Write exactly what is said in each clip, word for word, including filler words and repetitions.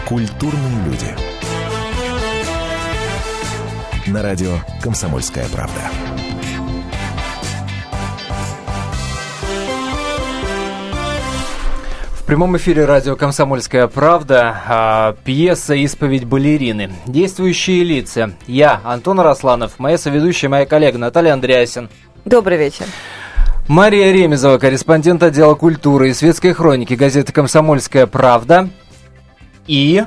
Культурные люди. На радио «Комсомольская правда». В прямом эфире радио «Комсомольская правда», а, пьеса «Исповедь балерины». Действующие лица. Я, Антон Арасланов, моя соведущая, моя коллега Наталья Андреасин. Добрый вечер. Мария Ремезова, корреспондент отдела культуры и светской хроники газеты «Комсомольская правда». И...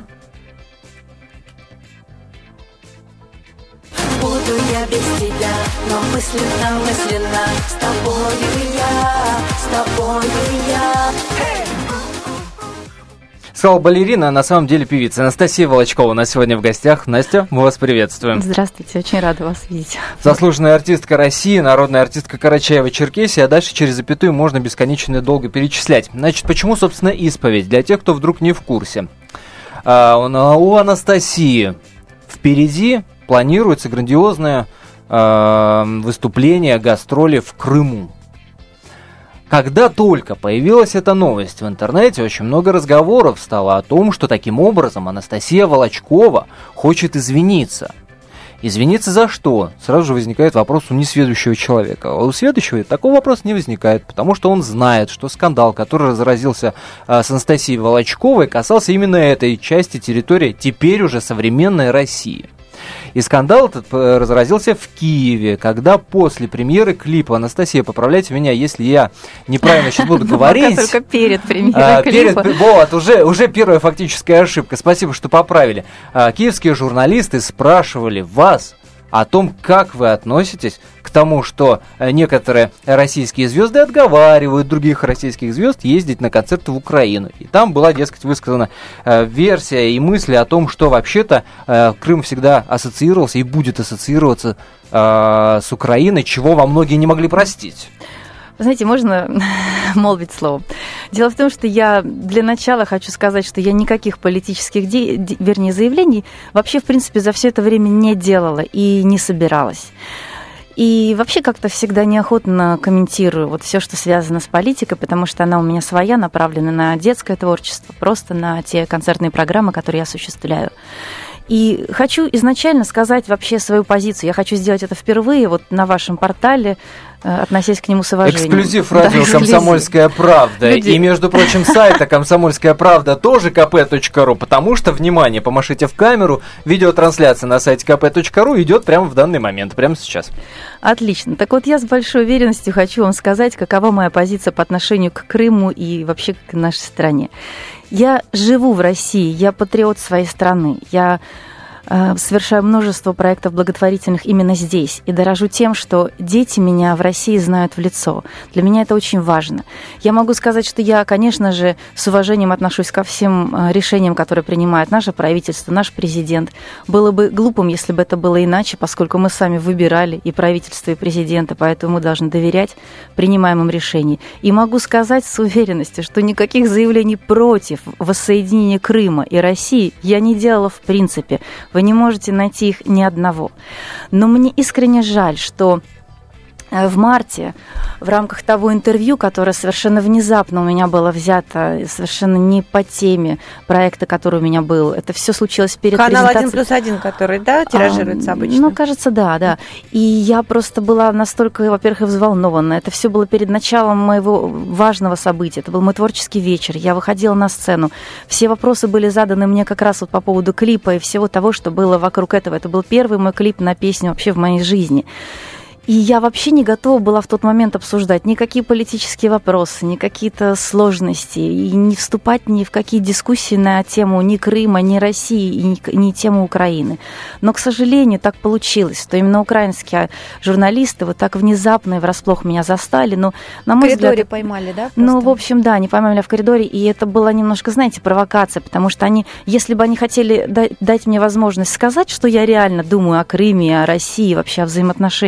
Буду я без тебя, но мысленно, мысленно с тобою я, с тобою я. Сказала балерина, а на самом деле певица. Анастасия Волочкова у нас сегодня в гостях. Настя, мы вас приветствуем. Здравствуйте, очень рада вас видеть. Заслуженная артистка России, народная артистка Карачаево-Черкесии, а дальше через запятую можно бесконечно долго перечислять. Значит, почему, собственно, исповедь? Для тех, кто вдруг не в курсе. А, у Анастасии впереди планируется грандиозное а, выступление, гастроли в Крыму. Когда только появилась эта новость в интернете, очень много разговоров стало о том, что таким образом Анастасия Волочкова хочет извиниться. Извиниться за что? Сразу же возникает вопрос у несведущего человека. А у сведущего такого вопроса не возникает, потому что он знает, что скандал, который разразился а, с Анастасией Волочковой, касался именно этой части территории теперь уже современной России. И скандал этот разразился в Киеве, когда после премьеры клипа, Анастасия, поправляйте меня, если я неправильно сейчас буду говорить. Только перед премьерой клипа. Вот, уже, уже первая фактическая ошибка. Спасибо, что поправили. Киевские журналисты спрашивали вас о том, как вы относитесь к тому, что некоторые российские звезды отговаривают других российских звезд ездить на концерты в Украину. И там была, дескать, высказана э, версия и мысли о том, что вообще-то э, Крым всегда ассоциировался и будет ассоциироваться э, с Украиной, чего во многие не могли простить. Знаете, можно молвить слово. Дело в том, что я для начала хочу сказать, что я никаких политических, де... вернее, заявлений вообще, в принципе, за все это время не делала и не собиралась. И вообще как-то всегда неохотно комментирую вот все, что связано с политикой, потому что она у меня своя, направлена на детское творчество, просто на те концертные программы, которые я осуществляю. И хочу изначально сказать вообще свою позицию. Я хочу сделать это впервые вот на вашем портале, относясь к нему с уважением. Эксклюзив радио да, «Комсомольская правда». Люди. И, между прочим, сайта «Комсомольская правда» тоже ка пэ точка ру, потому что, внимание, помашите в камеру, видеотрансляция на сайте ка пэ точка ру идет прямо в данный момент, прямо сейчас. Отлично. Так вот, я с большой уверенностью хочу вам сказать, какова моя позиция по отношению к Крыму и вообще к нашей стране. Я живу в России, я патриот своей страны, я э, совершаю множество проектов благотворительных именно здесь и дорожу тем, что дети меня в России знают в лицо. Для меня это очень важно. Я могу сказать, что я, конечно же, с уважением отношусь ко всем решениям, которые принимает наше правительство, наш президент. Было бы глупым, если бы это было иначе, поскольку мы сами выбирали и правительство, и президента, поэтому мы должны доверять принимаемым решениям. И могу сказать с уверенностью, что никаких заявлений против воссоединения Крыма и России я не делала в принципе. Вы не можете найти их ни одного. Но мне искренне жаль, что в марте в рамках того интервью, которое совершенно внезапно у меня было взято, совершенно не по теме проекта, который у меня был, это все случилось перед Канал презентацией. один плюс один, который, да, тиражируется а, обычно? Ну, кажется, да, да. И я просто была настолько, во-первых, взволнована. Это все было перед началом моего важного события. Это был мой творческий вечер. Я выходила на сцену. Все вопросы были заданы мне как раз вот по поводу клипа и всего того, что было вокруг этого. Это был первый мой клип на песню вообще в моей жизни. И я вообще не готова была в тот момент обсуждать никакие политические вопросы, ни какие-то сложности, и не вступать ни в какие дискуссии на тему ни Крыма, ни России, и ни, ни тему Украины. Но, к сожалению, так получилось, что именно украинские журналисты вот так внезапно и врасплох меня застали. Но, на мой в коридоре взгляд, поймали, да? Просто? Ну, в общем, да, они поймали в коридоре, и это была немножко, знаете, провокация, потому что они, если бы они хотели дать, дать мне возможность сказать, что я реально думаю о Крыме, о России, вообще о взаимоотношениях,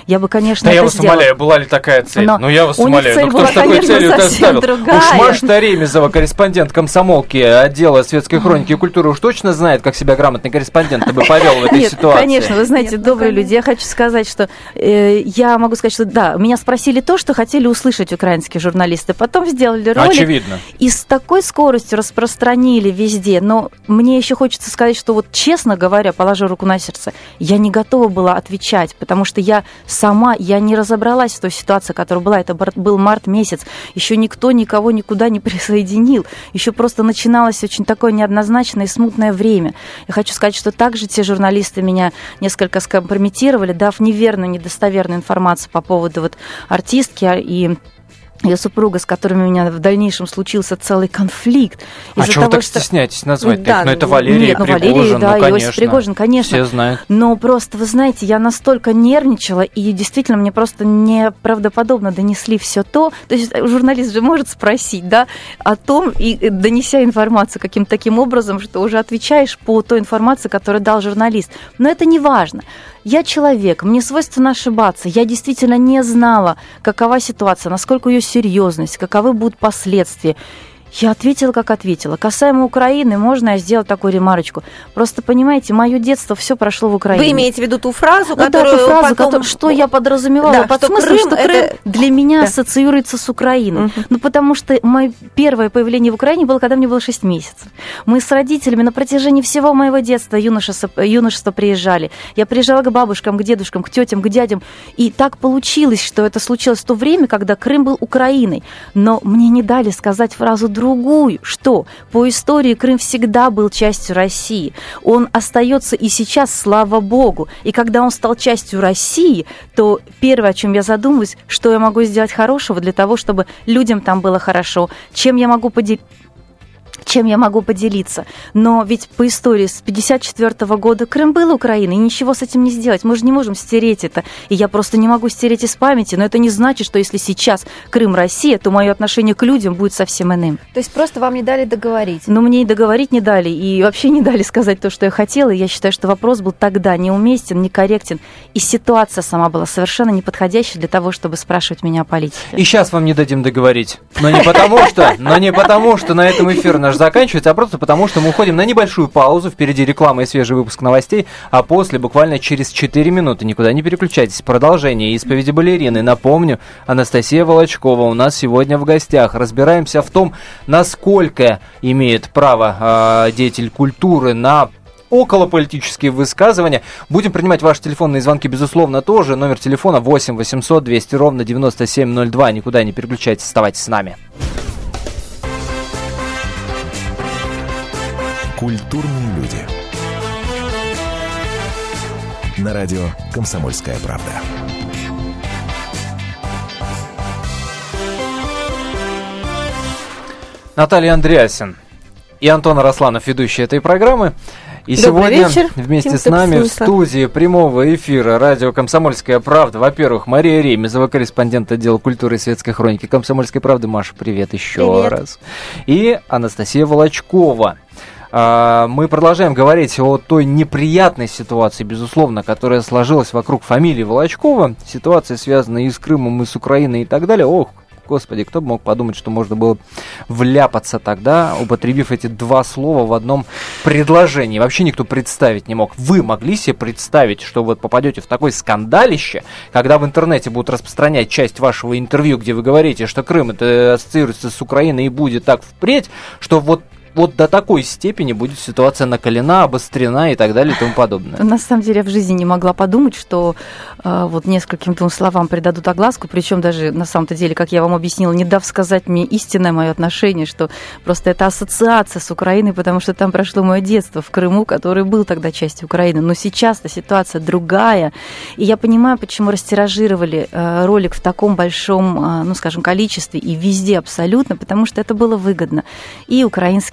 я бы, конечно, да это я вас сделала. умоляю, была ли такая цель? Но ну я вас у них умоляю, цель ну кто была, ж такой конечно, целью это совсем ставил? другая. Уж Маша Ремезова, корреспондент комсомолки отдела светской хроники и культуры, уж точно знает, как себя грамотный корреспондент бы повел в этой Нет, ситуации. конечно, вы знаете, Нет, ну, добрые конечно. люди, я хочу сказать, что э, я могу сказать, что да, меня спросили то, что хотели услышать украинские журналисты, потом сделали ролик. Очевидно. И с такой скоростью распространили везде. Но мне еще хочется сказать, что вот честно говоря, положа руку на сердце, я не готова была отвечать, потому что я сама, я не разобралась в той ситуации, которая была. Это был март месяц. Еще никто никого никуда не присоединил. Еще просто начиналось очень такое неоднозначное и смутное время. Я хочу сказать, что также те журналисты меня несколько скомпрометировали, дав неверную, недостоверную информацию по поводу вот артистки и ее супруга, с которыми у меня в дальнейшем случился целый конфликт. А чего вы так что... стесняетесь назвать? Да, ну, это Валерий Нет, ну, Пригожин, Валерий, да, ну, конечно. Иосиф Пригожин, конечно. Все знают. Но просто, вы знаете, я настолько нервничала, и действительно мне просто неправдоподобно донесли все то. То есть журналист же может спросить, да, о том, и донеся информацию каким-то таким образом, что уже отвечаешь по той информации, которую дал журналист. Но это не важно. Я человек, мне свойственно ошибаться. Я действительно не знала, какова ситуация, насколько ее серьезность, каковы будут последствия. Я ответила, как ответила. Касаемо Украины, можно я сделать такую ремарочку? Просто, понимаете, мое детство все прошло в Украине. Вы имеете в виду ту фразу, ну, которую да, ту фразу, потом... которую, что я подразумевала Да, под что смыслом, Крым что Крым это... для меня да. ассоциируется с Украиной. Угу. Ну, потому что мое первое появление в Украине было, когда мне было шесть месяцев. Мы с родителями на протяжении всего моего детства, юношества, юношества приезжали. Я приезжала к бабушкам, к дедушкам, к тетям, к дядям. И так получилось, что это случилось в то время, когда Крым был Украиной. Но мне не дали сказать фразу другую, что по истории Крым всегда был частью России. Он остается и сейчас, слава богу. И когда он стал частью России, то первое, о чем я задумываюсь, что я могу сделать хорошего для того, чтобы людям там было хорошо, чем я могу поделиться. Чем я могу поделиться? Но ведь по истории с пятьдесят четвёртого года Крым был Украиной, и ничего с этим не сделать. Мы же не можем стереть это. И я просто не могу стереть из памяти. Но это не значит, что если сейчас Крым Россия, то мое отношение к людям будет совсем иным. То есть просто вам не дали договорить? Но мне и договорить не дали, и вообще не дали сказать то, что я хотела. И я считаю, что вопрос был тогда неуместен, некорректен. И ситуация сама была совершенно неподходящей для того, чтобы спрашивать меня о политике. И сейчас вам не дадим договорить. Но не потому что, но не потому, что на этом эфир наш заканчивается, а просто потому, что мы уходим на небольшую паузу. Впереди реклама и свежий выпуск новостей, а после, буквально через четыре минуты, никуда не переключайтесь, продолжение исповеди балерины. Напомню, Анастасия Волочкова у нас сегодня в гостях. Разбираемся в том, насколько имеет право э, деятель культуры на околополитические высказывания. Будем принимать ваши телефонные звонки, безусловно, тоже. Номер телефона восемь восемьсот двести ровно девяносто семь ноль два. Никуда не переключайтесь, оставайтесь с нами. Культурные люди. На радио «Комсомольская правда». Наталья Андреасин и Антон Арасланов, ведущие этой программы. И Добрый сегодня вечер. вместе Тим с нами в Топсинса. студии прямого эфира радио «Комсомольская правда». Во-первых, Мария Ремезова, корреспондент отдела культуры и светской хроники «Комсомольской правды». Маша, привет еще Привет. раз. И Анастасия Волочкова. Мы продолжаем говорить о той неприятной ситуации, безусловно, которая сложилась вокруг фамилии Волочкова. Ситуация, связанная и с Крымом, и с Украиной, и так далее. Ох, господи, кто бы мог подумать, что можно было вляпаться тогда, употребив эти два слова в одном предложении. Вообще никто представить не мог. Вы могли себе представить, что вот попадете в такое скандалище, когда в интернете будут распространять часть вашего интервью, где вы говорите, что Крым это ассоциируется с Украиной и будет так впредь, что вот Вот до такой степени будет ситуация накалена, обострена и так далее и тому подобное. На самом деле я в жизни не могла подумать, что э, вот нескольким двум словам придадут огласку, причем даже на самом-то деле, как я вам объяснила, не дав сказать мне истинное мое отношение, что просто это ассоциация с Украиной, потому что там прошло мое детство в Крыму, который был тогда частью Украины. Но сейчас-то ситуация другая. И я понимаю, почему растиражировали э, ролик в таком большом, э, ну скажем, количестве и везде абсолютно, потому что это было выгодно. И украинским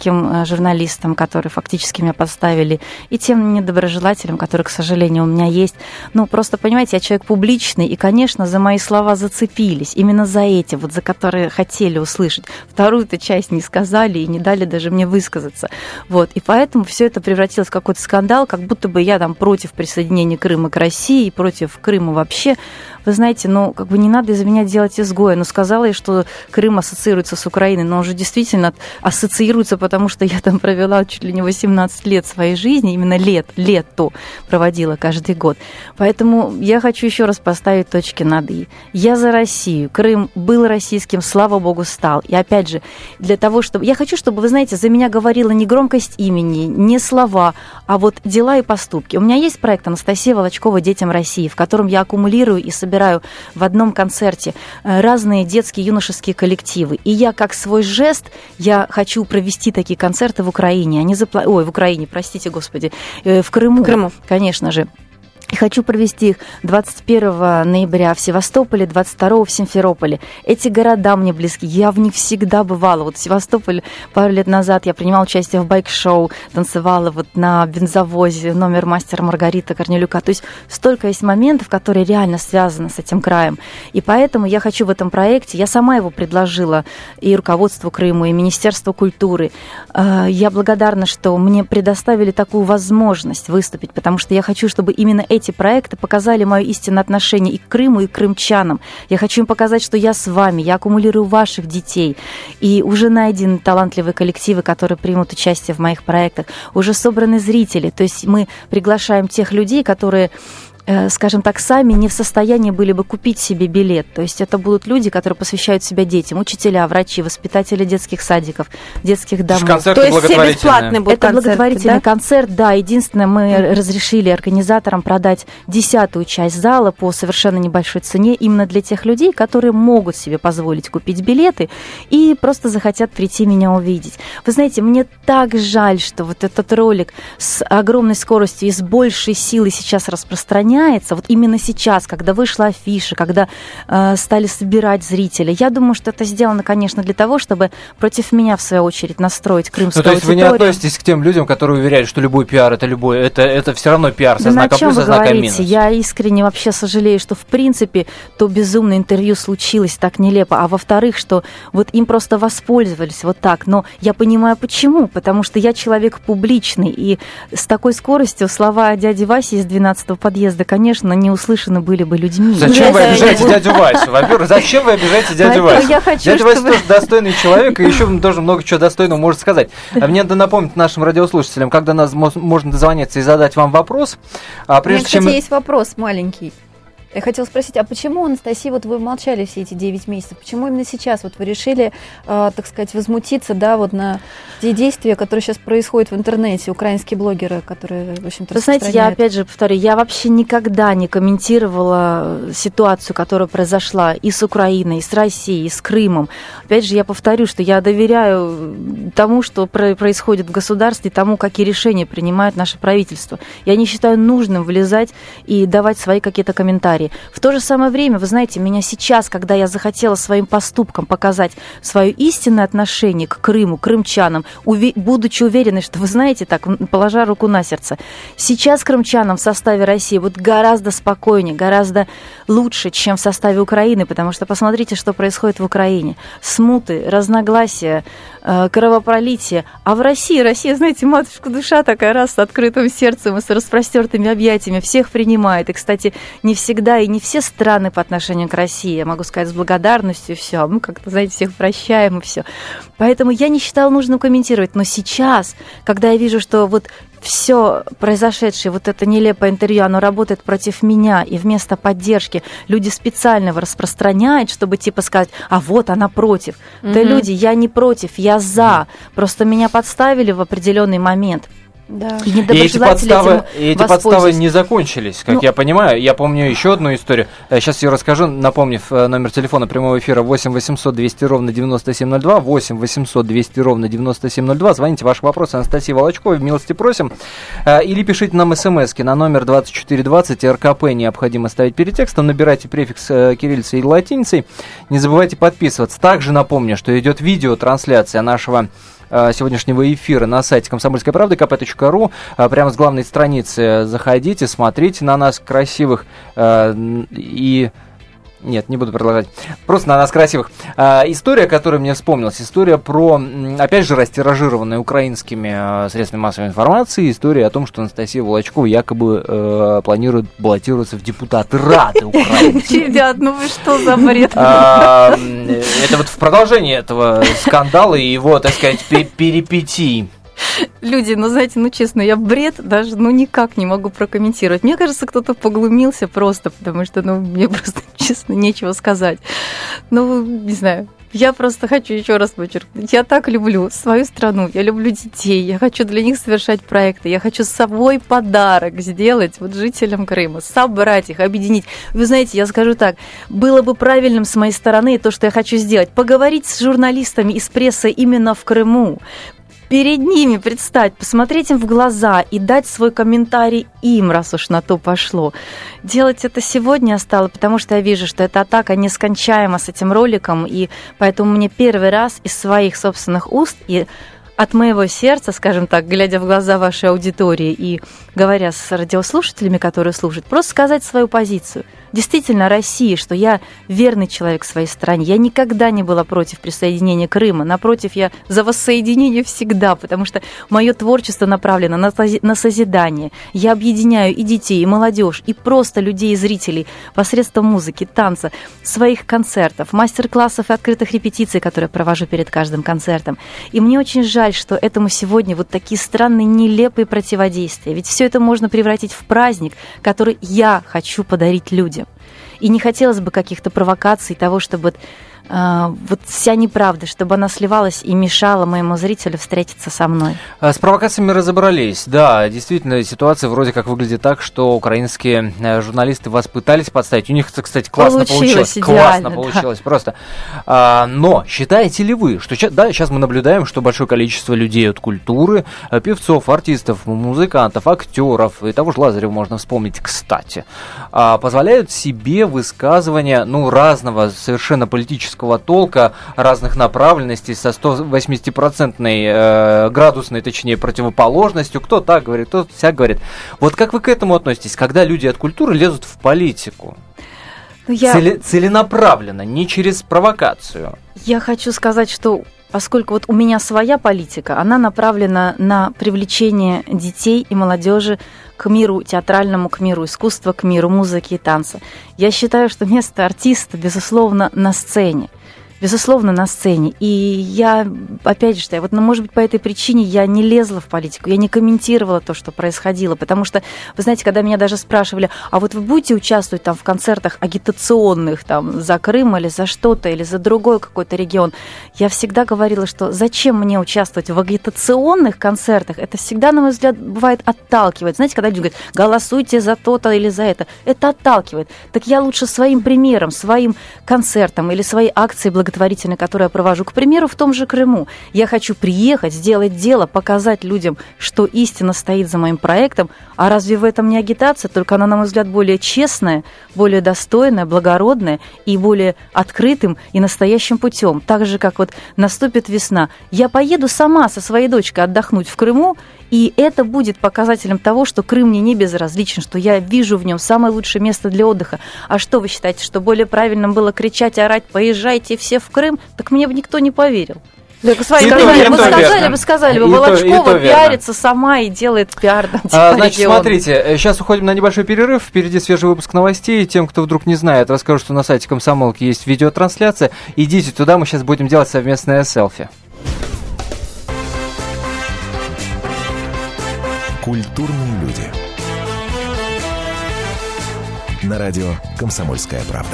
российским журналистам, которые фактически меня подставили, и тем недоброжелателям, которые, к сожалению, у меня есть. Ну, просто, понимаете, я человек публичный, и, конечно, за мои слова зацепились. Именно за эти, вот за которые хотели услышать. Вторую-то часть не сказали и не дали даже мне высказаться. Вот. И поэтому все это превратилось в какой-то скандал, как будто бы я там против присоединения Крыма к России, против Крыма вообще. Вы знаете, ну, как бы не надо из меня делать изгоя. Но сказала я, что Крым ассоциируется с Украиной, но он же действительно ассоциируется, потому что я там провела чуть ли не восемнадцать лет своей жизни, именно лет, лето проводила каждый год. Поэтому я хочу еще раз поставить точки над «и». Я за Россию. Крым был российским, слава богу, стал. И опять же, для того, чтобы... Я хочу, чтобы, вы знаете, за меня говорила не громкость имени, не слова, а вот дела и поступки. У меня есть проект «Анастасия Волочкова. Детям России», в котором я аккумулирую и собираю собираю в одном концерте разные детские, юношеские коллективы. И я, как свой жест, я хочу провести такие концерты в Украине. Они запла... Ой, в Украине, простите, господи, в Крыму, в Крыму, конечно же. И хочу провести их двадцать первого ноября в Севастополе, двадцать второго в Симферополе. Эти города мне близки, я в них всегда бывала. Вот в Севастополе пару лет назад я принимала участие в байк-шоу, танцевала вот на бензовозе, номер мастера Маргарита Корнелюка. То есть столько есть моментов, которые реально связаны с этим краем. И поэтому я хочу в этом проекте, я сама его предложила и руководству Крыма, и Министерству культуры. Я благодарна, что мне предоставили такую возможность выступить, потому что я хочу, чтобы именно эти Эти проекты показали мое истинное отношение и к Крыму, и к крымчанам. Я хочу им показать, что я с вами, я аккумулирую ваших детей. И уже найдены талантливые коллективы, которые примут участие в моих проектах. Уже собраны зрители. То есть мы приглашаем тех людей, которые, скажем так, сами не в состоянии были бы купить себе билет. То есть это будут люди, которые посвящают себя детям, учителя, врачи, воспитатели детских садиков, детских домов. То есть все бесплатные будут Это концерты, благотворительный да? концерт, да. Единственное, мы mm-hmm. разрешили организаторам продать десятую часть зала по совершенно небольшой цене именно для тех людей, которые могут себе позволить купить билеты и просто захотят прийти меня увидеть. Вы знаете, мне так жаль, что вот этот ролик с огромной скоростью и с большей силой сейчас распространяется. Вот именно сейчас, когда вышла афиша, когда э, стали собирать зрителей. Я думаю, что это сделано, конечно, для того, чтобы против меня, в свою очередь, настроить крымскую аудиторию. Ну, то есть аудиторию. вы не относитесь к тем людям, которые уверяют, что любой пиар это любой, это, это все равно пиар со да знаком плюс, со знаком говорите? минус. Я искренне вообще сожалею, что, в принципе, то безумное интервью случилось так нелепо, а во-вторых, что вот им просто воспользовались вот так. Но я понимаю, почему. Потому что я человек публичный, и с такой скоростью слова дяди Васи из двенадцатого подъезда, конечно, не услышаны были бы людьми. Зачем вы обижаете дядю Васю? Во-первых, зачем вы обижаете дядю Васю? Дядя Вася тоже достойный человек, и еще тоже много чего достойного может сказать. Мне надо напомнить нашим радиослушателям, когда нас можно дозвониться и задать вам вопрос. А прежде У меня, кстати, чем... есть вопрос маленький. Я хотела спросить, а почему, Анастасия, вот вы молчали все эти девять месяцев? Почему именно сейчас вот вы решили, э, так сказать, возмутиться, да, вот на те действия, которые сейчас происходят в интернете, украинские блогеры, которые, в общем-то, Вы знаете, я опять же повторю, я вообще никогда не комментировала ситуацию, которая произошла и с Украиной, и с Россией, и с Крымом. Опять же, я повторю, что я доверяю тому, что происходит в государстве, тому, какие решения принимает наше правительство. Я не считаю нужным влезать и давать свои какие-то комментарии. В то же самое время, вы знаете, меня сейчас, когда я захотела своим поступком показать свое истинное отношение к Крыму, крымчанам, уве- будучи уверенной, что, вы знаете, так, положа руку на сердце, сейчас крымчанам в составе России вот гораздо спокойнее, гораздо лучше, чем в составе Украины, потому что посмотрите, что происходит в Украине. Смуты, разногласия, э, кровопролитие. А в России, Россия, знаете, матушка душа такая, раз с открытым сердцем и с распростертыми объятиями, всех принимает. И, кстати, не всегда и не все страны по отношению к России, я могу сказать, с благодарностью, все, мы как-то, знаете, всех прощаем и все. Поэтому я не считала нужным комментировать, но сейчас, когда я вижу, что вот все произошедшее, вот это нелепое интервью, оно работает против меня, и вместо поддержки люди специально его распространяют, чтобы типа сказать, а вот она против. Mm-hmm. Да, люди, я не против, я за, просто меня подставили в определенный момент. Да. И, и эти подставы, и эти подставы не закончились, как ну, я понимаю. Я помню еще одну историю. Сейчас ее расскажу, напомнив номер телефона прямого эфира восемь восемьсот двести ровно девяносто семь ноль два, восемь восемьсот двести ровно девяносто семь ноль два. Звоните, ваши вопросы Анастасии Волочковой, милости просим. Или пишите нам смски на номер двадцать четыре двадцать, РКП необходимо ставить перед текстом, набирайте префикс кириллицей и латиницей. Не забывайте подписываться. Также напомню, что идет видеотрансляция нашего э, сегодняшнего эфира на сайте комсомольской правды ка пэ точка ру. Э, прямо с главной страницы заходите, смотрите на нас красивых э, и... Нет, не буду продолжать. Просто на нас красивых. А, история, которая мне вспомнилась, история про, опять же, растиражированная украинскими э, средствами массовой информации, история о том, что Анастасия Волочкова якобы э, планирует баллотироваться в депутаты Рады Украины. Ребят, ну вы что за бред? А, это вот в продолжении этого скандала и его, так сказать, перипетий. Люди, ну знаете, ну честно, я бред даже, ну никак не могу прокомментировать. Мне кажется, кто-то поглумился просто, потому что, ну, мне просто, честно, нечего сказать. Ну, не знаю. Я просто хочу еще раз подчеркнуть, я так люблю свою страну, я люблю детей, я хочу для них совершать проекты, я хочу свой подарок сделать вот жителям Крыма, собрать их, объединить. Вы знаете, я скажу так, было бы правильным с моей стороны то, что я хочу сделать, поговорить с журналистами из прессы именно в Крыму, перед ними предстать, посмотреть им в глаза и дать свой комментарий им, раз уж на то пошло. Делать это сегодня я стала, потому что я вижу, что эта атака нескончаема с этим роликом, и поэтому мне первый раз из своих собственных уст и от моего сердца, скажем так, глядя в глаза вашей аудитории и говоря с радиослушателями, которые слушают, просто сказать свою позицию. Действительно, Россия, что я верный человек своей стране. Я никогда не была против присоединения Крыма. Напротив, я за воссоединение всегда, потому что мое творчество направлено на, на созидание. Я объединяю и детей, и молодежь, и просто людей и зрителей посредством музыки, танца, своих концертов, мастер-классов и открытых репетиций, которые я провожу перед каждым концертом. И мне очень жаль, что этому сегодня вот такие странные, нелепые противодействия. Ведь все это можно превратить в праздник, который я хочу подарить людям. И не хотелось бы каких-то провокаций, того, чтобы э, вот вся неправда, чтобы она сливалась и мешала моему зрителю встретиться со мной. С провокациями разобрались. Да, действительно, ситуация вроде как выглядит так, что украинские журналисты вас пытались подставить. У них, кстати, классно получилось. Получилось, классно да. получилось, просто. А, но считаете ли вы, что да, сейчас мы наблюдаем, что большое количество людей от культуры, певцов, артистов, музыкантов, актеров, и того же Лазарева можно вспомнить, кстати, а, позволяют себе высказывания, ну, разного совершенно политического толка, разных направленностей, со сто восемьдесят процентной э, градусной, точнее, противоположностью. Кто так говорит, кто сяк говорит. Вот как вы к этому относитесь, когда люди от культуры лезут в политику? Ну, я... Цели, целенаправленно, не через провокацию. Я хочу сказать, что поскольку вот у меня своя политика, она направлена на привлечение детей и молодежи к миру театральному, к миру искусства, к миру музыки и танца. Я считаю, что место артиста, безусловно, на сцене. Безусловно, на сцене. И я, опять же, вот, ну, может быть, по этой причине я не лезла в политику, я не комментировала то, что происходило, потому что, вы знаете, когда меня даже спрашивали, а вот вы будете участвовать там в концертах агитационных там за Крым или за что-то, или за другой какой-то регион, я всегда говорила, что зачем мне участвовать в агитационных концертах, это всегда, на мой взгляд, бывает отталкивает. Знаете, когда люди говорят, голосуйте за то-то или за это, это отталкивает. Так я лучше своим примером, своим концертом или своей акцией благотворительности, благотворительной, которую я провожу, к примеру, в том же Крыму. Я хочу приехать, сделать дело, показать людям, что истина стоит за моим проектом. А разве в этом не агитация? Только она, на мой взгляд, более честная, более достойная, благородная и более открытым и настоящим путем. Так же, как вот наступит весна. Я поеду сама со своей дочкой отдохнуть в Крыму, и это будет показателем того, что Крым мне не безразличен, что я вижу в нем самое лучшее место для отдыха. А что вы считаете, что более правильным было кричать, орать, поезжайте все в Крым? Так мне бы никто не поверил. Да, сказали, бы сказали, бы сказали бы, Волочкова пиарится сама и делает пиар. Там, а, значит, регион. Смотрите, сейчас уходим на небольшой перерыв, впереди свежий выпуск новостей. Тем, кто вдруг не знает, расскажу, что на сайте Комсомолки есть видеотрансляция. Идите туда, мы сейчас будем делать совместное селфи. Культурные люди. На радио «Комсомольская правда».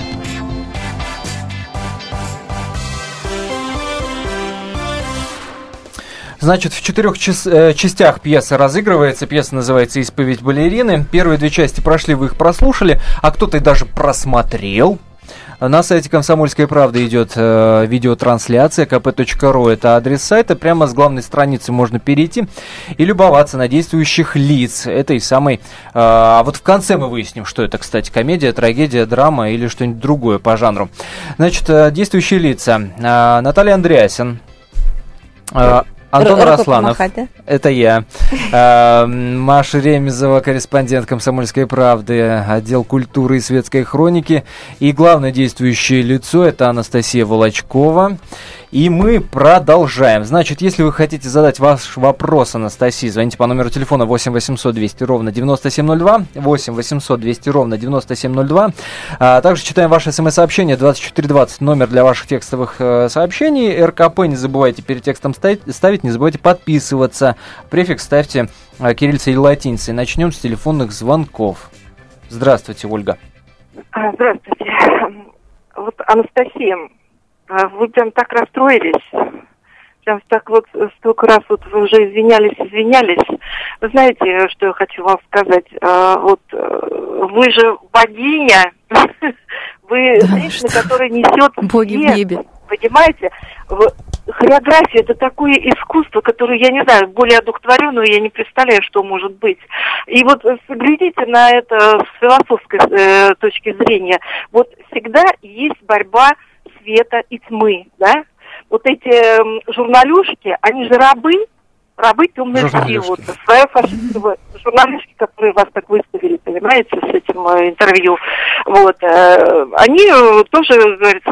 Значит, в четырех час, э, частях пьеса разыгрывается. Пьеса называется «Исповедь балерины». Первые две части прошли, вы их прослушали, а кто-то и даже просмотрел. На сайте «Комсомольской правды» идет э, видеотрансляция, ка пэ точка ру, это адрес сайта. Прямо с главной страницы можно перейти и любоваться на действующих лиц этой самой... Э, а вот в конце мы выясним, что это, кстати, комедия, трагедия, драма или что-нибудь другое по жанру. Значит, э, действующие лица. Э, Наталья Андреасин. Э, Антон Р- Росланов, помахать, да? это я. А, Маша Ремезова, корреспондент «Комсомольской правды», отдел культуры и светской хроники. И главное действующее лицо – это Анастасия Волочкова. И мы продолжаем. Значит, если вы хотите задать ваш вопрос Анастасии, звоните по номеру телефона восемь восемьсот двести ровно девяносто семь ноль два, восемь восемьсот двести ровно девяносто семь ноль два. А также читаем ваши смс-сообщения двадцать четыре двадцать, номер для ваших текстовых э, сообщений. эр ка пэ не забывайте перед текстом ставить, ставить, не забывайте подписываться. Префикс ставьте э, кириллицей или латиницей. Начнем с телефонных звонков. Здравствуйте, Ольга. Здравствуйте. Вот, Анастасия, вы прям так расстроились, прям так вот столько раз вот вы уже извинялись, извинялись. Вы знаете, что я хочу вам сказать? Вот вы же богиня, вы женщина, которая несет боги в небе. Понимаете? Хореография – это такое искусство, которое, я не знаю, более одухотворенное, я не представляю, что может быть. И вот глядите на это с философской э, точки зрения. Вот всегда есть борьба света и тьмы, да? Вот эти э, журналюшки, они же рабы, рабы темной силы. Вот, свое фашистское журналюшки, которые вас так выставили, понимаете, с этим э, интервью. Вот, э, они э, тоже, говорится,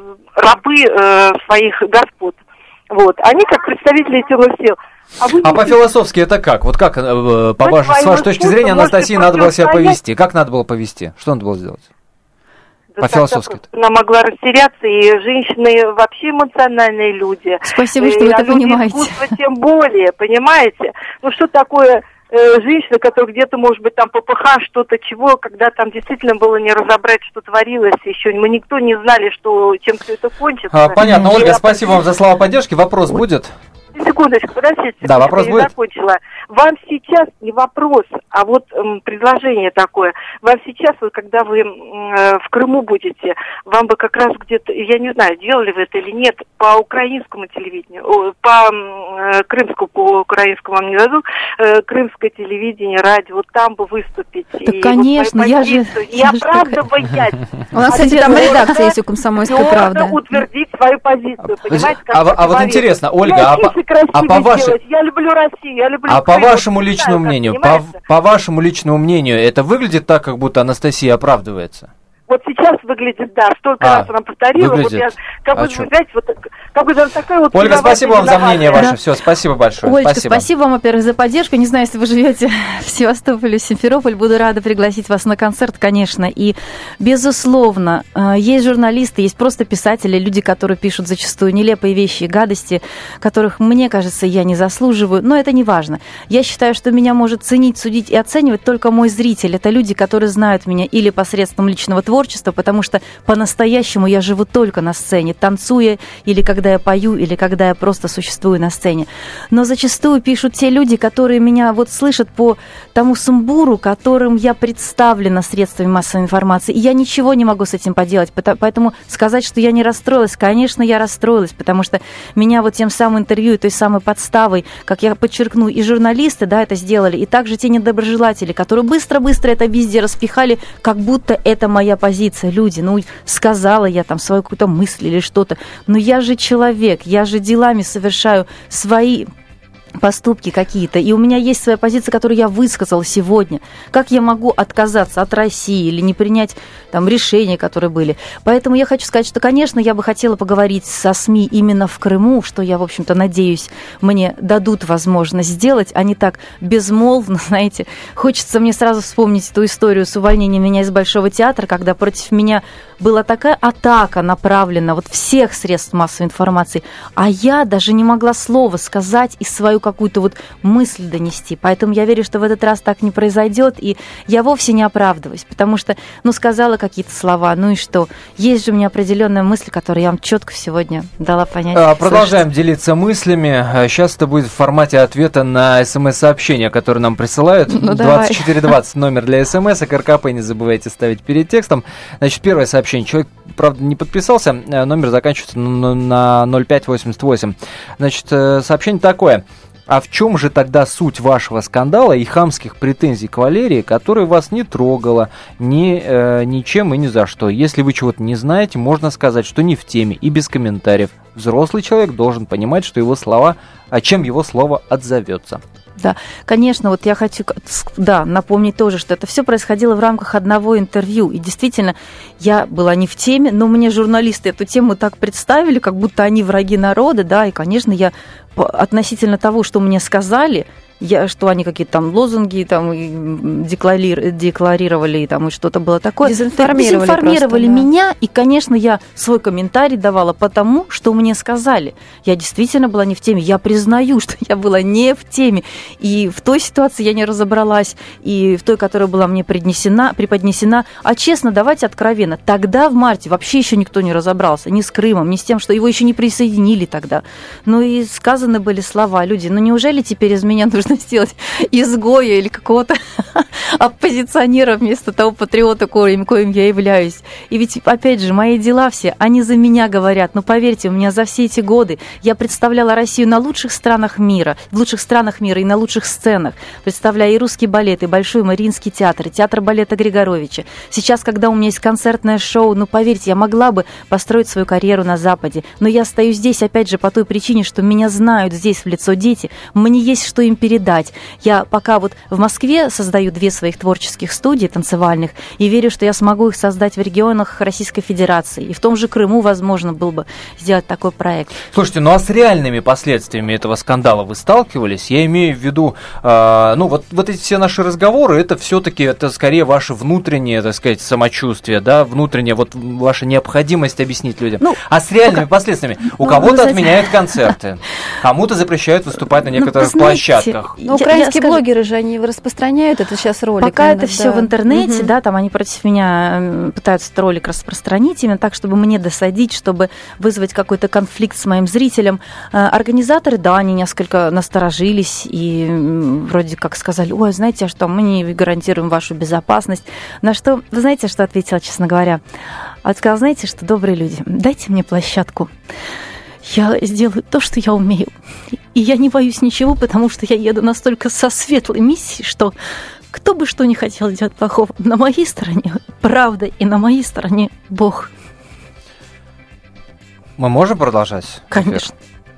рабы э, своих господ. Вот, они как представители темных сил. А, вы а по-философски это как? Вот как, э, по ваш, с вашей точки зрения, Анастасии надо было себя повести? Как надо было повести? Что надо было сделать? По-философски. Она могла растеряться, и женщины вообще эмоциональные люди. Спасибо, что вы это понимаете. Искусство тем более, понимаете? Ну что такое э, женщина, которая где-то, может быть, там ППХ, что-то чего, когда там действительно было не разобрать, что творилось еще. Мы никто не знали, что, чем все это кончится. А, понятно, Ольга, я спасибо вам за слова поддержки. Вопрос будет? Секундочку, подождите, да, вопрос я будет? не закончила. Вам сейчас не вопрос, а вот м, предложение такое. Вам сейчас, вот, когда вы м, в Крыму будете, вам бы как раз где-то, я не знаю, делали вы это или нет, по украинскому телевидению, о, по э, крымскому, по украинскому вам не дадут, э, крымское телевидение, радио, вот там бы выступить. Да, конечно, я же... Не оправдываясь. У нас, кстати, там редакция есть у «Комсомольской правды». Надо утвердить свою позицию, понимаете? А вот интересно, Ольга, а по вашей... Я люблю Россию, я люблю А Крым, по вашему вот, личному знаю, мнению, как, по, по вашему личному мнению, это выглядит так, как будто Анастасия оправдывается? Вот сейчас выглядит, да, столько а, раз она повторила. Выглядит. Вот я, как а бы, вы знаете, вот, как бы такая вот... Ольга, спасибо вам за мнение ваше. Да. Все, спасибо большое. Олечка, спасибо. спасибо вам, во-первых, за поддержку. Не знаю, если вы живете в Севастополе, Симферополь, буду рада пригласить вас на концерт, конечно. И, безусловно, есть журналисты, есть просто писатели, люди, которые пишут зачастую нелепые вещи и гадости, которых, мне кажется, я не заслуживаю. Но это не важно. Я считаю, что меня может ценить, судить и оценивать только мой зритель. Это люди, которые знают меня или посредством личного творчества, потому что по-настоящему я живу только на сцене, танцуя, или когда я пою, или когда я просто существую на сцене. Но зачастую пишут те люди, которые меня вот слышат по тому сумбуру, которым я представлена средствами массовой информации. И я ничего не могу с этим поделать. Поэтому сказать, что я не расстроилась, конечно, я расстроилась, потому что меня вот тем самым интервью, той самой подставой, как я подчеркну, и журналисты, да, это сделали, и также те недоброжелатели, которые быстро-быстро это везде распихали, как будто это моя позиция. Люди, ну, сказала я там свою какую-то мысль или что-то, но я же человек, я же делами совершаю свои поступки какие-то, и у меня есть своя позиция, которую я высказала сегодня. Как я могу отказаться от России или не принять там решения, которые были? Поэтому я хочу сказать, что, конечно, я бы хотела поговорить со СМИ именно в Крыму, что я, в общем-то, надеюсь, мне дадут возможность сделать, а не так безмолвно, знаете. Хочется мне сразу вспомнить ту историю с увольнением меня из Большого театра, когда против меня была такая атака направлена вот всех средств массовой информации, а я даже не могла слова сказать и свою какую-то вот мысль донести. Поэтому я верю, что в этот раз так не произойдет, и я вовсе не оправдываюсь, потому что, ну, сказала какие-то слова, ну и что? Есть же у меня определенная мысль, которую я вам четко сегодня дала понять. А, продолжаем слушайте. делиться мыслями. Сейчас это будет в формате ответа на смс-сообщения, которые нам присылают. Ну, двадцать четыре двадцать номер для смс, а РКП не забывайте ставить перед текстом. Значит, первое сообщение. Человек, правда, не подписался, номер заканчивается на ноль пять восемьдесят восемь. Значит, сообщение такое. А в чем же тогда суть вашего скандала и хамских претензий к Валерии, которая вас не трогала ни, э, ничем и ни за что? Если вы чего-то не знаете, можно сказать, что не в теме и без комментариев. Взрослый человек должен понимать, что его слова, а чем его слово отзовется. Да, конечно, вот я хочу, да, напомнить тоже, что это все происходило в рамках одного интервью. И действительно, я была не в теме, но мне журналисты эту тему так представили, как будто они враги народа, да, и, конечно, я относительно того, что мне сказали, я, что они какие-то там лозунги там деклари... декларировали, там, и что-то было такое. Дезинформировали, Дезинформировали просто, да. меня, и, конечно, я свой комментарий давала потому, что мне сказали. Я действительно была не в теме. Я признаю, что я была не в теме. И в той ситуации я не разобралась, и в той, которая была мне преподнесена, преподнесена. А честно, давайте откровенно, тогда в марте вообще еще никто не разобрался, ни с Крымом, ни с тем, что его еще не присоединили тогда. Ну и сказаны были слова. Люди, ну неужели теперь из меня нужно сделать изгоя или какого-то оппозиционера вместо того патриота, коим, коим я являюсь. И ведь, опять же, мои дела все, они за меня говорят. Но поверьте, у меня за все эти годы я представляла Россию на лучших странах мира, в лучших странах мира и на лучших сценах. Представляю и русский балет, и Большой Мариинский театр, и театр балета Григоровича. Сейчас, когда у меня есть концертное шоу, ну, поверьте, я могла бы построить свою карьеру на Западе. Но я стою здесь, опять же, по той причине, что меня знают здесь в лицо дети. Мне есть что им передать. Я пока вот в Москве создаю две своих творческих студии танцевальных и верю, что я смогу их создать в регионах Российской Федерации. И в том же Крыму, возможно, был бы сделать такой проект. Слушайте, ну а с реальными последствиями этого скандала вы сталкивались? Я имею в виду, э, ну вот, вот эти все наши разговоры, это все-таки, это скорее ваше внутреннее, так сказать, самочувствие, да, внутреннее, вот ваша необходимость объяснить людям. Ну, а с реальными пока... последствиями? У ну, кого-то знаете... отменяют концерты, кому-то запрещают выступать на некоторых ну, площадках. Но украинские я, я блогеры же, они распространяют это сейчас ролик. Пока наверное, это все да. в интернете, угу. да, там они против меня пытаются этот ролик распространить именно так, чтобы мне досадить, чтобы вызвать какой-то конфликт с моим зрителем. Организаторы, да, они несколько насторожились и вроде как сказали, ой, знаете, что мы не гарантируем вашу безопасность. На что, вы знаете, что ответила, честно говоря? Он сказал, знаете, что, добрые люди, дайте мне площадку. Я сделаю то, что я умею. И я не боюсь ничего, потому что я еду настолько со светлой миссией, что кто бы что ни хотел делать плохого, на моей стороне правда и на моей стороне Бог. Мы можем продолжать? Конечно.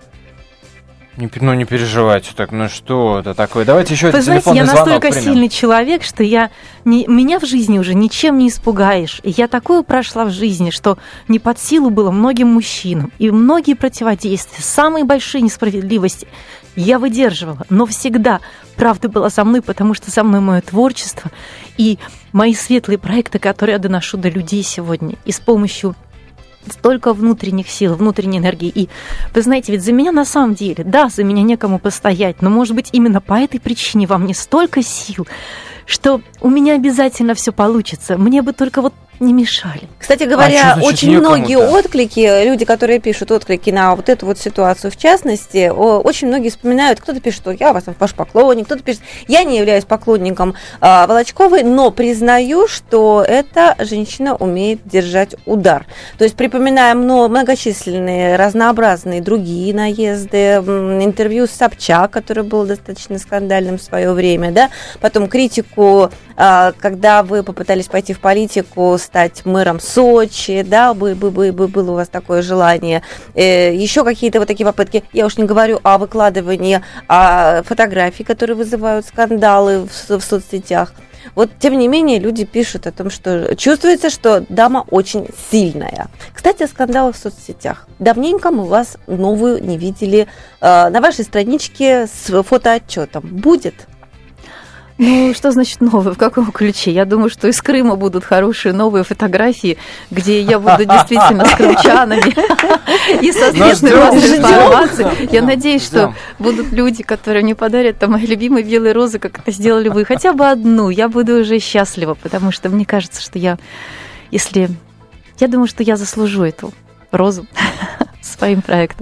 Не, ну не переживайте так, ну что это такое? Давайте еще Вы один знаете, телефонный я звонок настолько примем. сильный человек, что я не, меня в жизни уже ничем не испугаешь. И я такое прошла в жизни, что не под силу было многим мужчинам. И многие противодействия, самые большие несправедливости я выдерживала. Но всегда правда была со мной, потому что со мной мое творчество и мои светлые проекты, которые я доношу до людей сегодня. И с помощью столько внутренних сил, внутренней энергии. И вы знаете, ведь за меня на самом деле, да, за меня некому постоять, но, может быть, именно по этой причине во мне столько сил, что у меня обязательно все получится. Мне бы только вот не мешали. Кстати говоря, а очень многие отклики, люди, которые пишут отклики на вот эту вот ситуацию, в частности, очень многие вспоминают, кто-то пишет, что я ваш поклонник, кто-то пишет, я не являюсь поклонником а, Волочковой, но признаю, что эта женщина умеет держать удар. То есть, припоминая многочисленные, разнообразные другие наезды, интервью с Собчак, который был достаточно скандальным в свое время, да, потом критику, а, когда вы попытались пойти в политику, стать мэром Сочи, да, бы, бы, бы, бы, было у вас такое желание, э, еще какие-то вот такие попытки, я уж не говорю о выкладывании а фотографий, которые вызывают скандалы в, в соцсетях. Вот, тем не менее, люди пишут о том, что чувствуется, что дама очень сильная. Кстати, о скандалах в соцсетях. Давненько мы вас новую не видели э, на вашей страничке с фотоотчетом. Будет? Ну, что значит новые? В каком ключе? Я думаю, что из Крыма будут хорошие новые фотографии, где я буду действительно с крымчанами и со светной массой информации. Я надеюсь, что будут люди, которые мне подарят там мои любимые белые розы, как это сделали вы. Хотя бы одну. Я буду уже счастлива, потому что мне кажется, что я, если... Я думаю, что я заслужу эту розу своим проектом.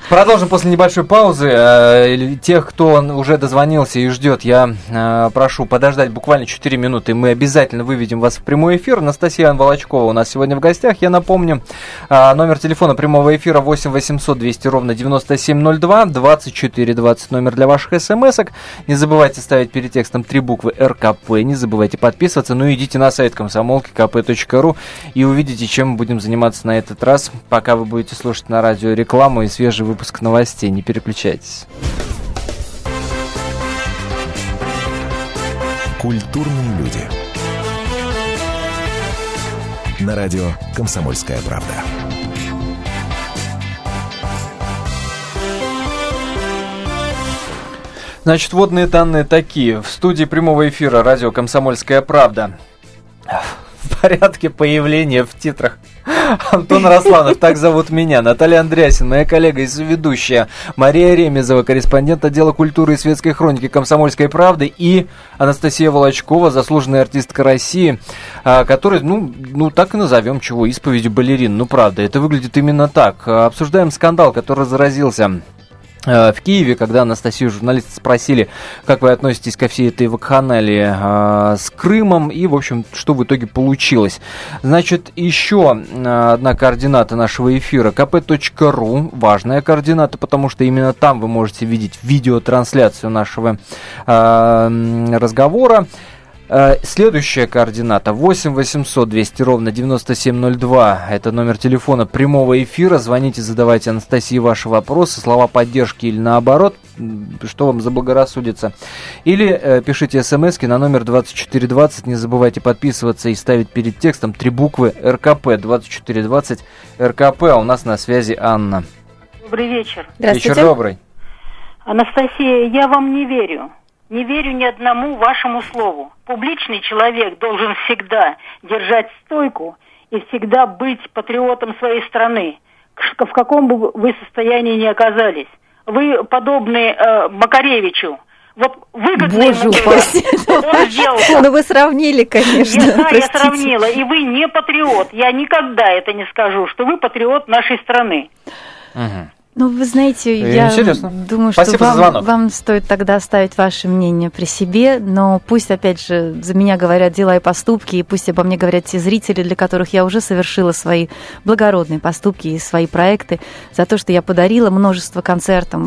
Продолжим после небольшой паузы. Э, тех, кто уже дозвонился и ждет, я э, прошу подождать буквально четыре минуты. Мы обязательно выведем вас в прямой эфир. Анастасия Волочкова у нас сегодня в гостях. Я напомню, э, номер телефона прямого эфира восемь восемьсот двести ровно девяносто семь ноль два, двадцать четыре двадцать номер для ваших смс-ок. Не забывайте ставить перед текстом три буквы эр ка пэ. Не забывайте подписываться. Ну и идите на сайт комсомолки ка пэ точка ру и увидите, чем мы будем заниматься на этот раз, пока вы будете слушать на радио рекламу и свежий выпуск новостей. Не переключайтесь. Культурные люди. На радио «Комсомольская правда». Значит, вводные данные такие. В студии прямого эфира радио «Комсомольская правда». В порядке появления в титрах Антон Росланов, так зовут меня, Наталья Андреасин, моя коллега и соведущая, Мария Ремезова, корреспондент отдела культуры и светской хроники «Комсомольской правды», и Анастасия Волочкова, заслуженная артистка России, которая, ну, ну так и назовем, чего, исповедью балерин. Ну, правда, это выглядит именно так. Обсуждаем скандал, который разразился в Киеве, когда Анастасию журналисты спросили, как вы относитесь ко всей этой вакханалии э, с Крымом, и, в общем, что в итоге получилось. Значит, еще э, одна координата нашего эфира, ка пэ точка ру, важная координата, потому что именно там вы можете видеть видеотрансляцию нашего э, разговора. Следующая координата восемь восемьсот двести ровно девяносто семь ноль два. Это номер телефона прямого эфира. Звоните, задавайте Анастасии ваши вопросы, слова поддержки или наоборот, что вам заблагорассудится. Или э, пишите смски на номер двадцать четыре двадцать. Не забывайте подписываться и ставить перед текстом три буквы эр ка пэ. двадцать четыре двадцать эр ка пэ. А у нас на связи Анна. Добрый вечер. Вечер добрый. Анастасия, я вам не верю. Не верю ни одному вашему слову. Публичный человек должен всегда держать стойку и всегда быть патриотом своей страны, в каком бы вы состоянии ни оказались. Вы подобны э, Макаревичу. Вот выгодно ему было, он сделал. Ну вы сравнили, конечно. Я, да, я сравнила. И вы не патриот. Я никогда это не скажу, что вы патриот нашей страны. Угу. Ну, вы знаете, и я интересно. думаю, Спасибо что вам, вам стоит тогда оставить ваше мнение при себе, но пусть, опять же, за меня говорят дела и поступки, и пусть обо мне говорят те зрители, для которых я уже совершила свои благородные поступки и свои проекты, за то, что я подарила множество концертов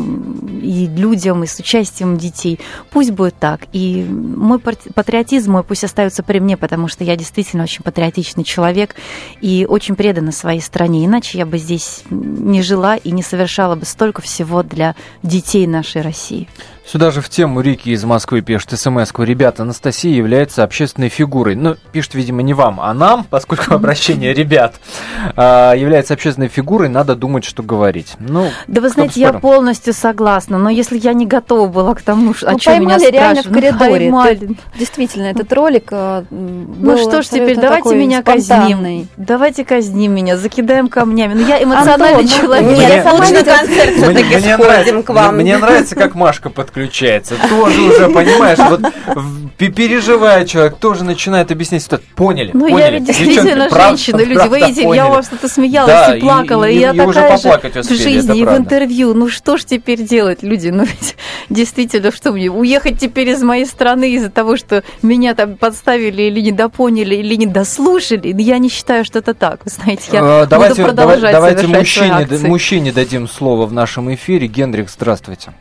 и людям, и с участием детей. Пусть будет так. И мой патриотизм мой пусть остается при мне, потому что я действительно очень патриотичный человек и очень предана своей стране. Иначе я бы здесь не жила и не совершала бы столько всего для детей нашей России. Сюда же в тему Рики из Москвы пишет смс-ку. Ребята, Анастасия является общественной фигурой. Ну, пишет, видимо, не вам, а нам, поскольку обращение ребят является общественной фигурой, надо думать, что говорить. Ну, да вы знаете, я полностью согласна, но если я не готова была к тому, о ну, чем меня спрашивают. Реально в коридоре. Ну, Ты, действительно, этот ролик был Ну что ж теперь, давайте меня казним. Давайте казним меня, закидаем камнями. Ну, я эмоциональный Антон, человек. Нет, я сама на концерт все-таки сходим к вам. Мне нравится, как Машка подключается. Тоже уже, понимаешь, вот переживает человек, тоже начинает объяснять, что поняли. Ну, поняли. я ведь действительно Девчонки, женщина, правда, люди, правда, вы видите, поняли. я у вас что-то смеялась Да, и плакала, и, и, и я и такая же успели, в жизни, и правда. в интервью. Ну что ж теперь делать, люди? Ну ведь действительно, что мне, уехать теперь из моей страны из-за того, что меня там подставили или недопоняли, или недослушали? Я не считаю, что это так. Вы знаете, я давайте, буду продолжать давайте совершать мужчине, свои акции. мужчине дадим слово в нашем эфире. Генрих, здравствуйте.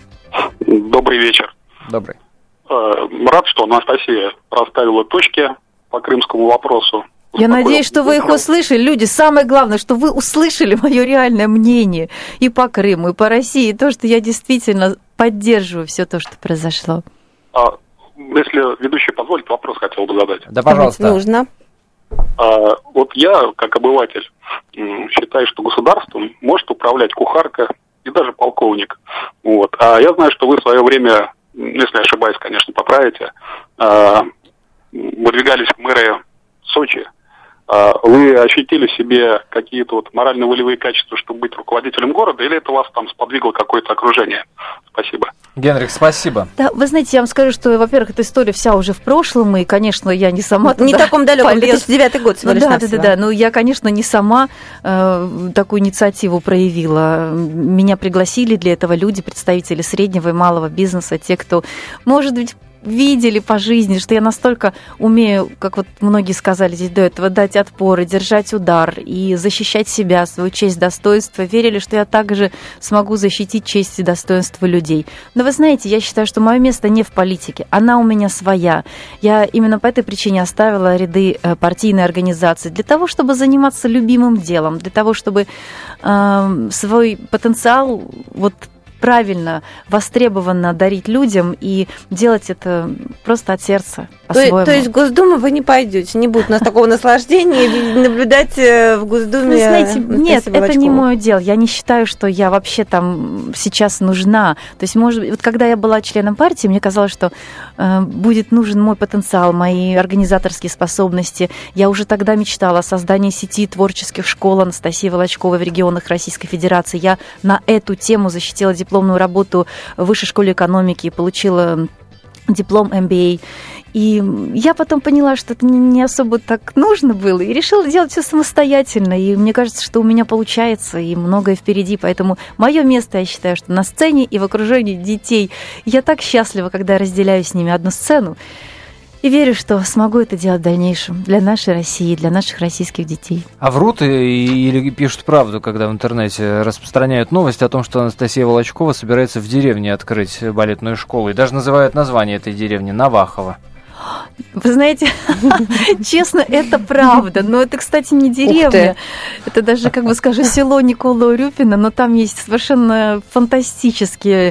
Добрый вечер. Добрый. Рад, что Анастасия расставила точки по крымскому вопросу. Я надеюсь, что вы их услышали. Люди, самое главное, что вы услышали мое реальное мнение и по Крыму, и по России, и то, что я действительно поддерживаю все то, что произошло. А, если ведущий позволит, вопрос хотел бы задать. Да, пожалуйста. Нужно. А, вот я, как обыватель, считаю, что государством может управлять кухарка и даже полковник. Вот. А я знаю, что вы в свое время, если я ошибаюсь, конечно, поправите, выдвигались в мэры Сочи. Вы ощутили в себе какие-то вот морально-волевые качества, чтобы быть руководителем города, или это вас там сподвигло какое-то окружение? Спасибо. Генрих, спасибо. Да, вы знаете, я вам скажу, что, во-первых, эта история вся уже в прошлом, и, конечно, я не сама Не туда таком далеком, полез. две тысячи девятый год всего Ну, лишь да, да, навсего. да, да. Ну, я, конечно, не сама э, такую инициативу проявила. Меня пригласили для этого люди, представители среднего и малого бизнеса, те, кто, может быть, видели по жизни, что я настолько умею, как вот многие сказали здесь до этого, дать отпор и держать удар, и защищать себя, свою честь, достоинство, верили, что я также смогу защитить честь и достоинство людей. Но вы знаете, я считаю, что мое место не в политике, она у меня своя. Я именно по этой причине оставила ряды партийной организации, для того, чтобы заниматься любимым делом, для того, чтобы э, свой потенциал вот правильно, востребованно дарить людям и делать это просто от сердца, по-своему. То, то есть в Госдуму вы не пойдете, не будет у нас такого наслаждения наблюдать в Госдуме. Вы знаете, нет, Волочкову. это не мое дело. Я не считаю, что я вообще там сейчас нужна. То есть, может быть, вот когда я была членом партии, мне казалось, что э, будет нужен мой потенциал, мои организаторские способности. Я уже тогда мечтала о создании сети творческих школ Анастасии Волочковой в регионах Российской Федерации. Я на эту тему защитила дипломную работу в Высшей школе экономики, получила диплом эм би эй. И я потом поняла, что это не особо так нужно было, и решила делать все самостоятельно. И мне кажется, что у меня получается, и многое впереди. Поэтому мое место, я считаю, что на сцене и в окружении детей. Я так счастлива, когда я разделяю с ними одну сцену. И верю, что смогу это делать в дальнейшем для нашей России, для наших российских детей. А врут и, или пишут правду, когда в интернете распространяют новость о том, что Анастасия Волочкова собирается в деревне открыть балетную школу. И даже называют название этой деревни Навахово. Вы знаете, честно, это правда. Но это, кстати, не деревня. Это даже, как бы скажу, село Никола Урюпино, но там есть совершенно фантастический э,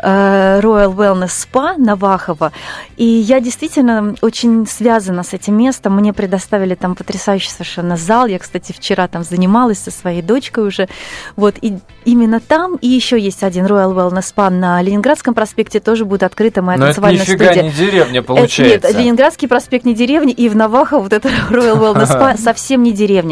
Royal Wellness Spa Навахово. И я действительно очень связана с этим местом. Мне предоставили там потрясающий совершенно зал. Я, кстати, вчера там занималась со своей дочкой уже. Вот, и именно там, и еще есть один Royal Wellness Spa на Ленинградском проспекте, тоже будет открыта моя танцевальная студия. Но это нифига не деревня, получается. Нет, Ленинградский проспект не деревня, и в Навахово вот это Royal Wellness Spa совсем не деревня.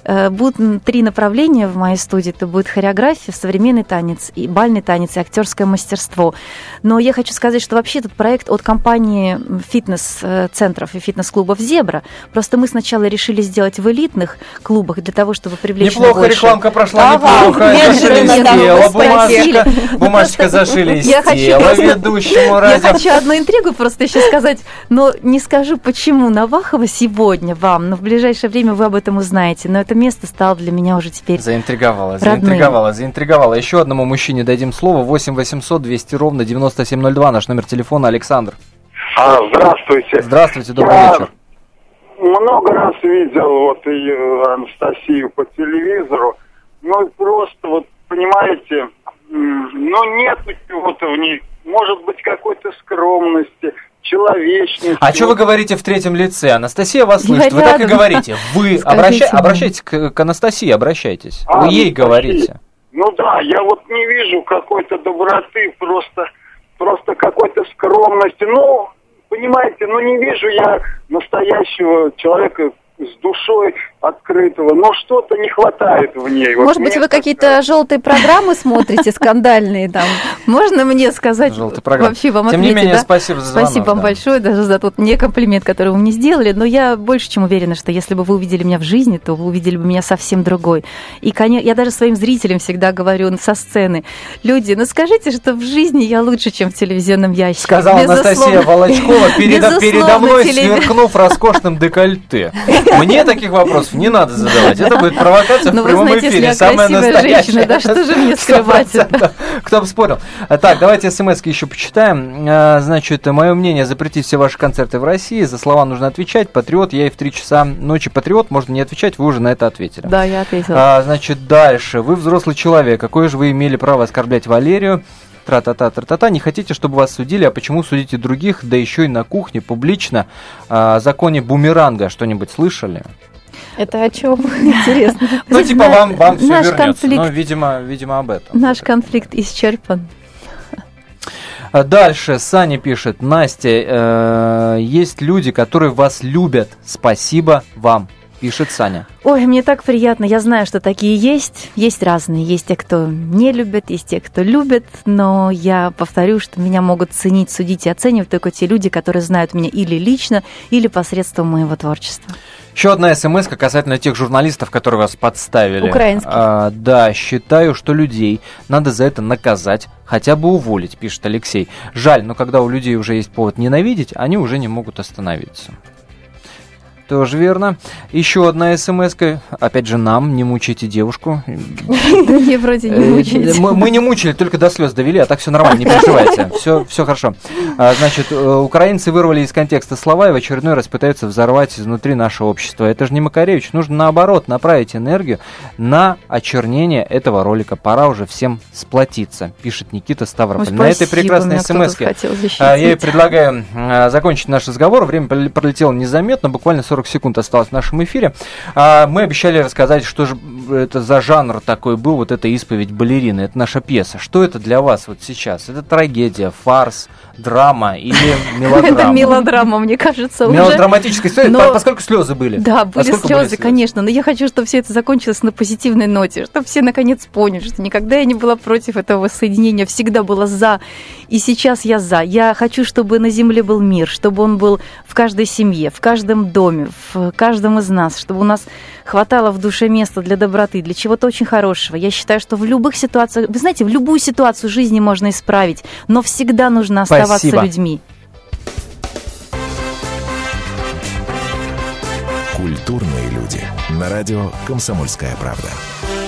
Будут три направления в моей студии. Это будет хореография, современный танец, и бальный танец, и актерское мастерство. Но я хочу сказать, что вообще этот проект от компании фитнес-центров и фитнес-клубов «Зебра». Просто мы сначала решили сделать в элитных клубах для того, чтобы привлечь неплохо, больше. Рекламка прошла Ага, неплохо. Зашили из тела, бумажка, бумажка зашили из Я хочу тела просто- ведущему Я радио. хочу одну интригу просто еще сказать, но не скажу, почему Навахово сегодня вам, но в ближайшее время вы об этом узнаете. Но это место стало для меня уже теперь Заинтриговала, родным. заинтриговала, заинтриговала. Еще одному мужчине дадим слово. восемь восемьсот двести ровно девяносто семь ноль два. Наш номер телефона. Александр. А, здравствуйте. Здравствуйте, добрый Я вечер. много раз видел вот ее, Анастасию, по телевизору. Ну, просто вот, понимаете, м, ну, нет чего-то в ней. Может быть, какой-то скромности, человечности. А что вы говорите в третьем лице? Анастасия вас слышит. Вы так и рядом. говорите. Вы Скажите обраща- мне. обращайтесь к, к Анастасии, обращайтесь. А, Вы ну, ей спасибо. говорите. Ну да, я вот не вижу какой-то доброты, просто, просто какой-то скромности. Ну, понимаете, ну не вижу я настоящего человека с душой открытого, но что-то не хватает в ней. Вот Может быть, мне вы так какие-то желтые программы смотрите, скандальные там? Можно мне сказать Желтая программа. вообще вам Тем не ответить, менее, да? спасибо за звонок. Спасибо вам да. большое даже за тот не комплимент, который вы мне сделали, но я больше чем уверена, что если бы вы увидели меня в жизни, то вы увидели бы меня совсем другой. И, конечно, я даже своим зрителям всегда говорю со сцены: люди, ну скажите, что в жизни я лучше, чем в телевизионном ящике. Сказала Безусловно. Анастасия Волочкова, передо, Безусловно, передо мной телеви- сверкнув роскошным декольте. Мне таких вопросов не надо задавать. Это будет провокация Ну, в вы прямом знаете, эфире. если я Самая красивая настоящая. женщина, да что же мне скрывать сто процентов. Кто бы спорил. Так, давайте смс-ки еще почитаем. А, Значит, мое мнение: запретить все ваши концерты в России. За слова нужно отвечать. Патриот, я и в три часа ночи патриот. Можно не отвечать, вы уже на это ответили. Да, я ответила. А, значит, дальше. Вы взрослый человек. Какое же вы имели право оскорблять Валерию? Тра-та-та, тра-та-та. Не хотите, чтобы вас судили, а почему судите других, да еще и на кухне, публично? А, о законе бумеранга что-нибудь слышали? Это о чем? Интересно. Ну, Знаете, типа, на- вам, вам все наш вернется. конфликт- Ну, видимо, видимо, об этом. Наш конфликт исчерпан. А Дальше Саня пишет: Настя, э, есть люди, которые вас любят. Спасибо вам. пишет Саня. Ой, мне так приятно. Я знаю, что такие есть. Есть разные. Есть те, кто не любят, есть те, кто любит. Но я повторю, что меня могут ценить, судить и оценивать только те люди, которые знают меня или лично, или посредством моего творчества. Еще одна смс касательно тех журналистов, которые вас подставили. Украинских. А, да, считаю, что людей надо за это наказать, хотя бы уволить, пишет Алексей. Жаль, но когда у людей уже есть повод ненавидеть, они уже не могут остановиться. Тоже верно. Еще одна смс-ка. Опять же, нам, не мучайте девушку. Да не, вроде не мучаете. Мы, мы не мучили, только до слез довели, а так все нормально, не переживайте. Все, все хорошо. А, значит, украинцы вырвали из контекста слова и в очередной раз пытаются взорвать изнутри наше общество. Это же не Макаревич. Нужно, наоборот, направить энергию на очернение этого ролика. Пора уже всем сплотиться, пишет Никита Ставрополь. Ой, на этой прекрасной смс-ке я ей предлагаю закончить наш разговор. Время пролетело незаметно, буквально сорок секунд осталось в нашем эфире. А, мы обещали рассказать, что же это за жанр такой был, вот эта исповедь балерины. Это наша пьеса. Что это для вас вот сейчас? Это трагедия, фарс, драма или мелодрама? Это мелодрама, мне кажется, уже. Мелодраматическая история, но... поскольку слезы были. Да, были слезы, были слезы, конечно. Но я хочу, чтобы все это закончилось на позитивной ноте, чтобы все наконец поняли, что никогда я не была против этого воссоединения, всегда была за. И сейчас я за. Я хочу, чтобы на земле был мир, чтобы он был в каждой семье, в каждом доме, в каждом из нас, чтобы у нас хватало в душе места для доброты, для чего-то очень хорошего. Я считаю, что в любых ситуациях, вы знаете, в любую ситуацию жизни можно исправить, но всегда нужно оставаться Спасибо. людьми. Культурные люди. На радио «Комсомольская правда».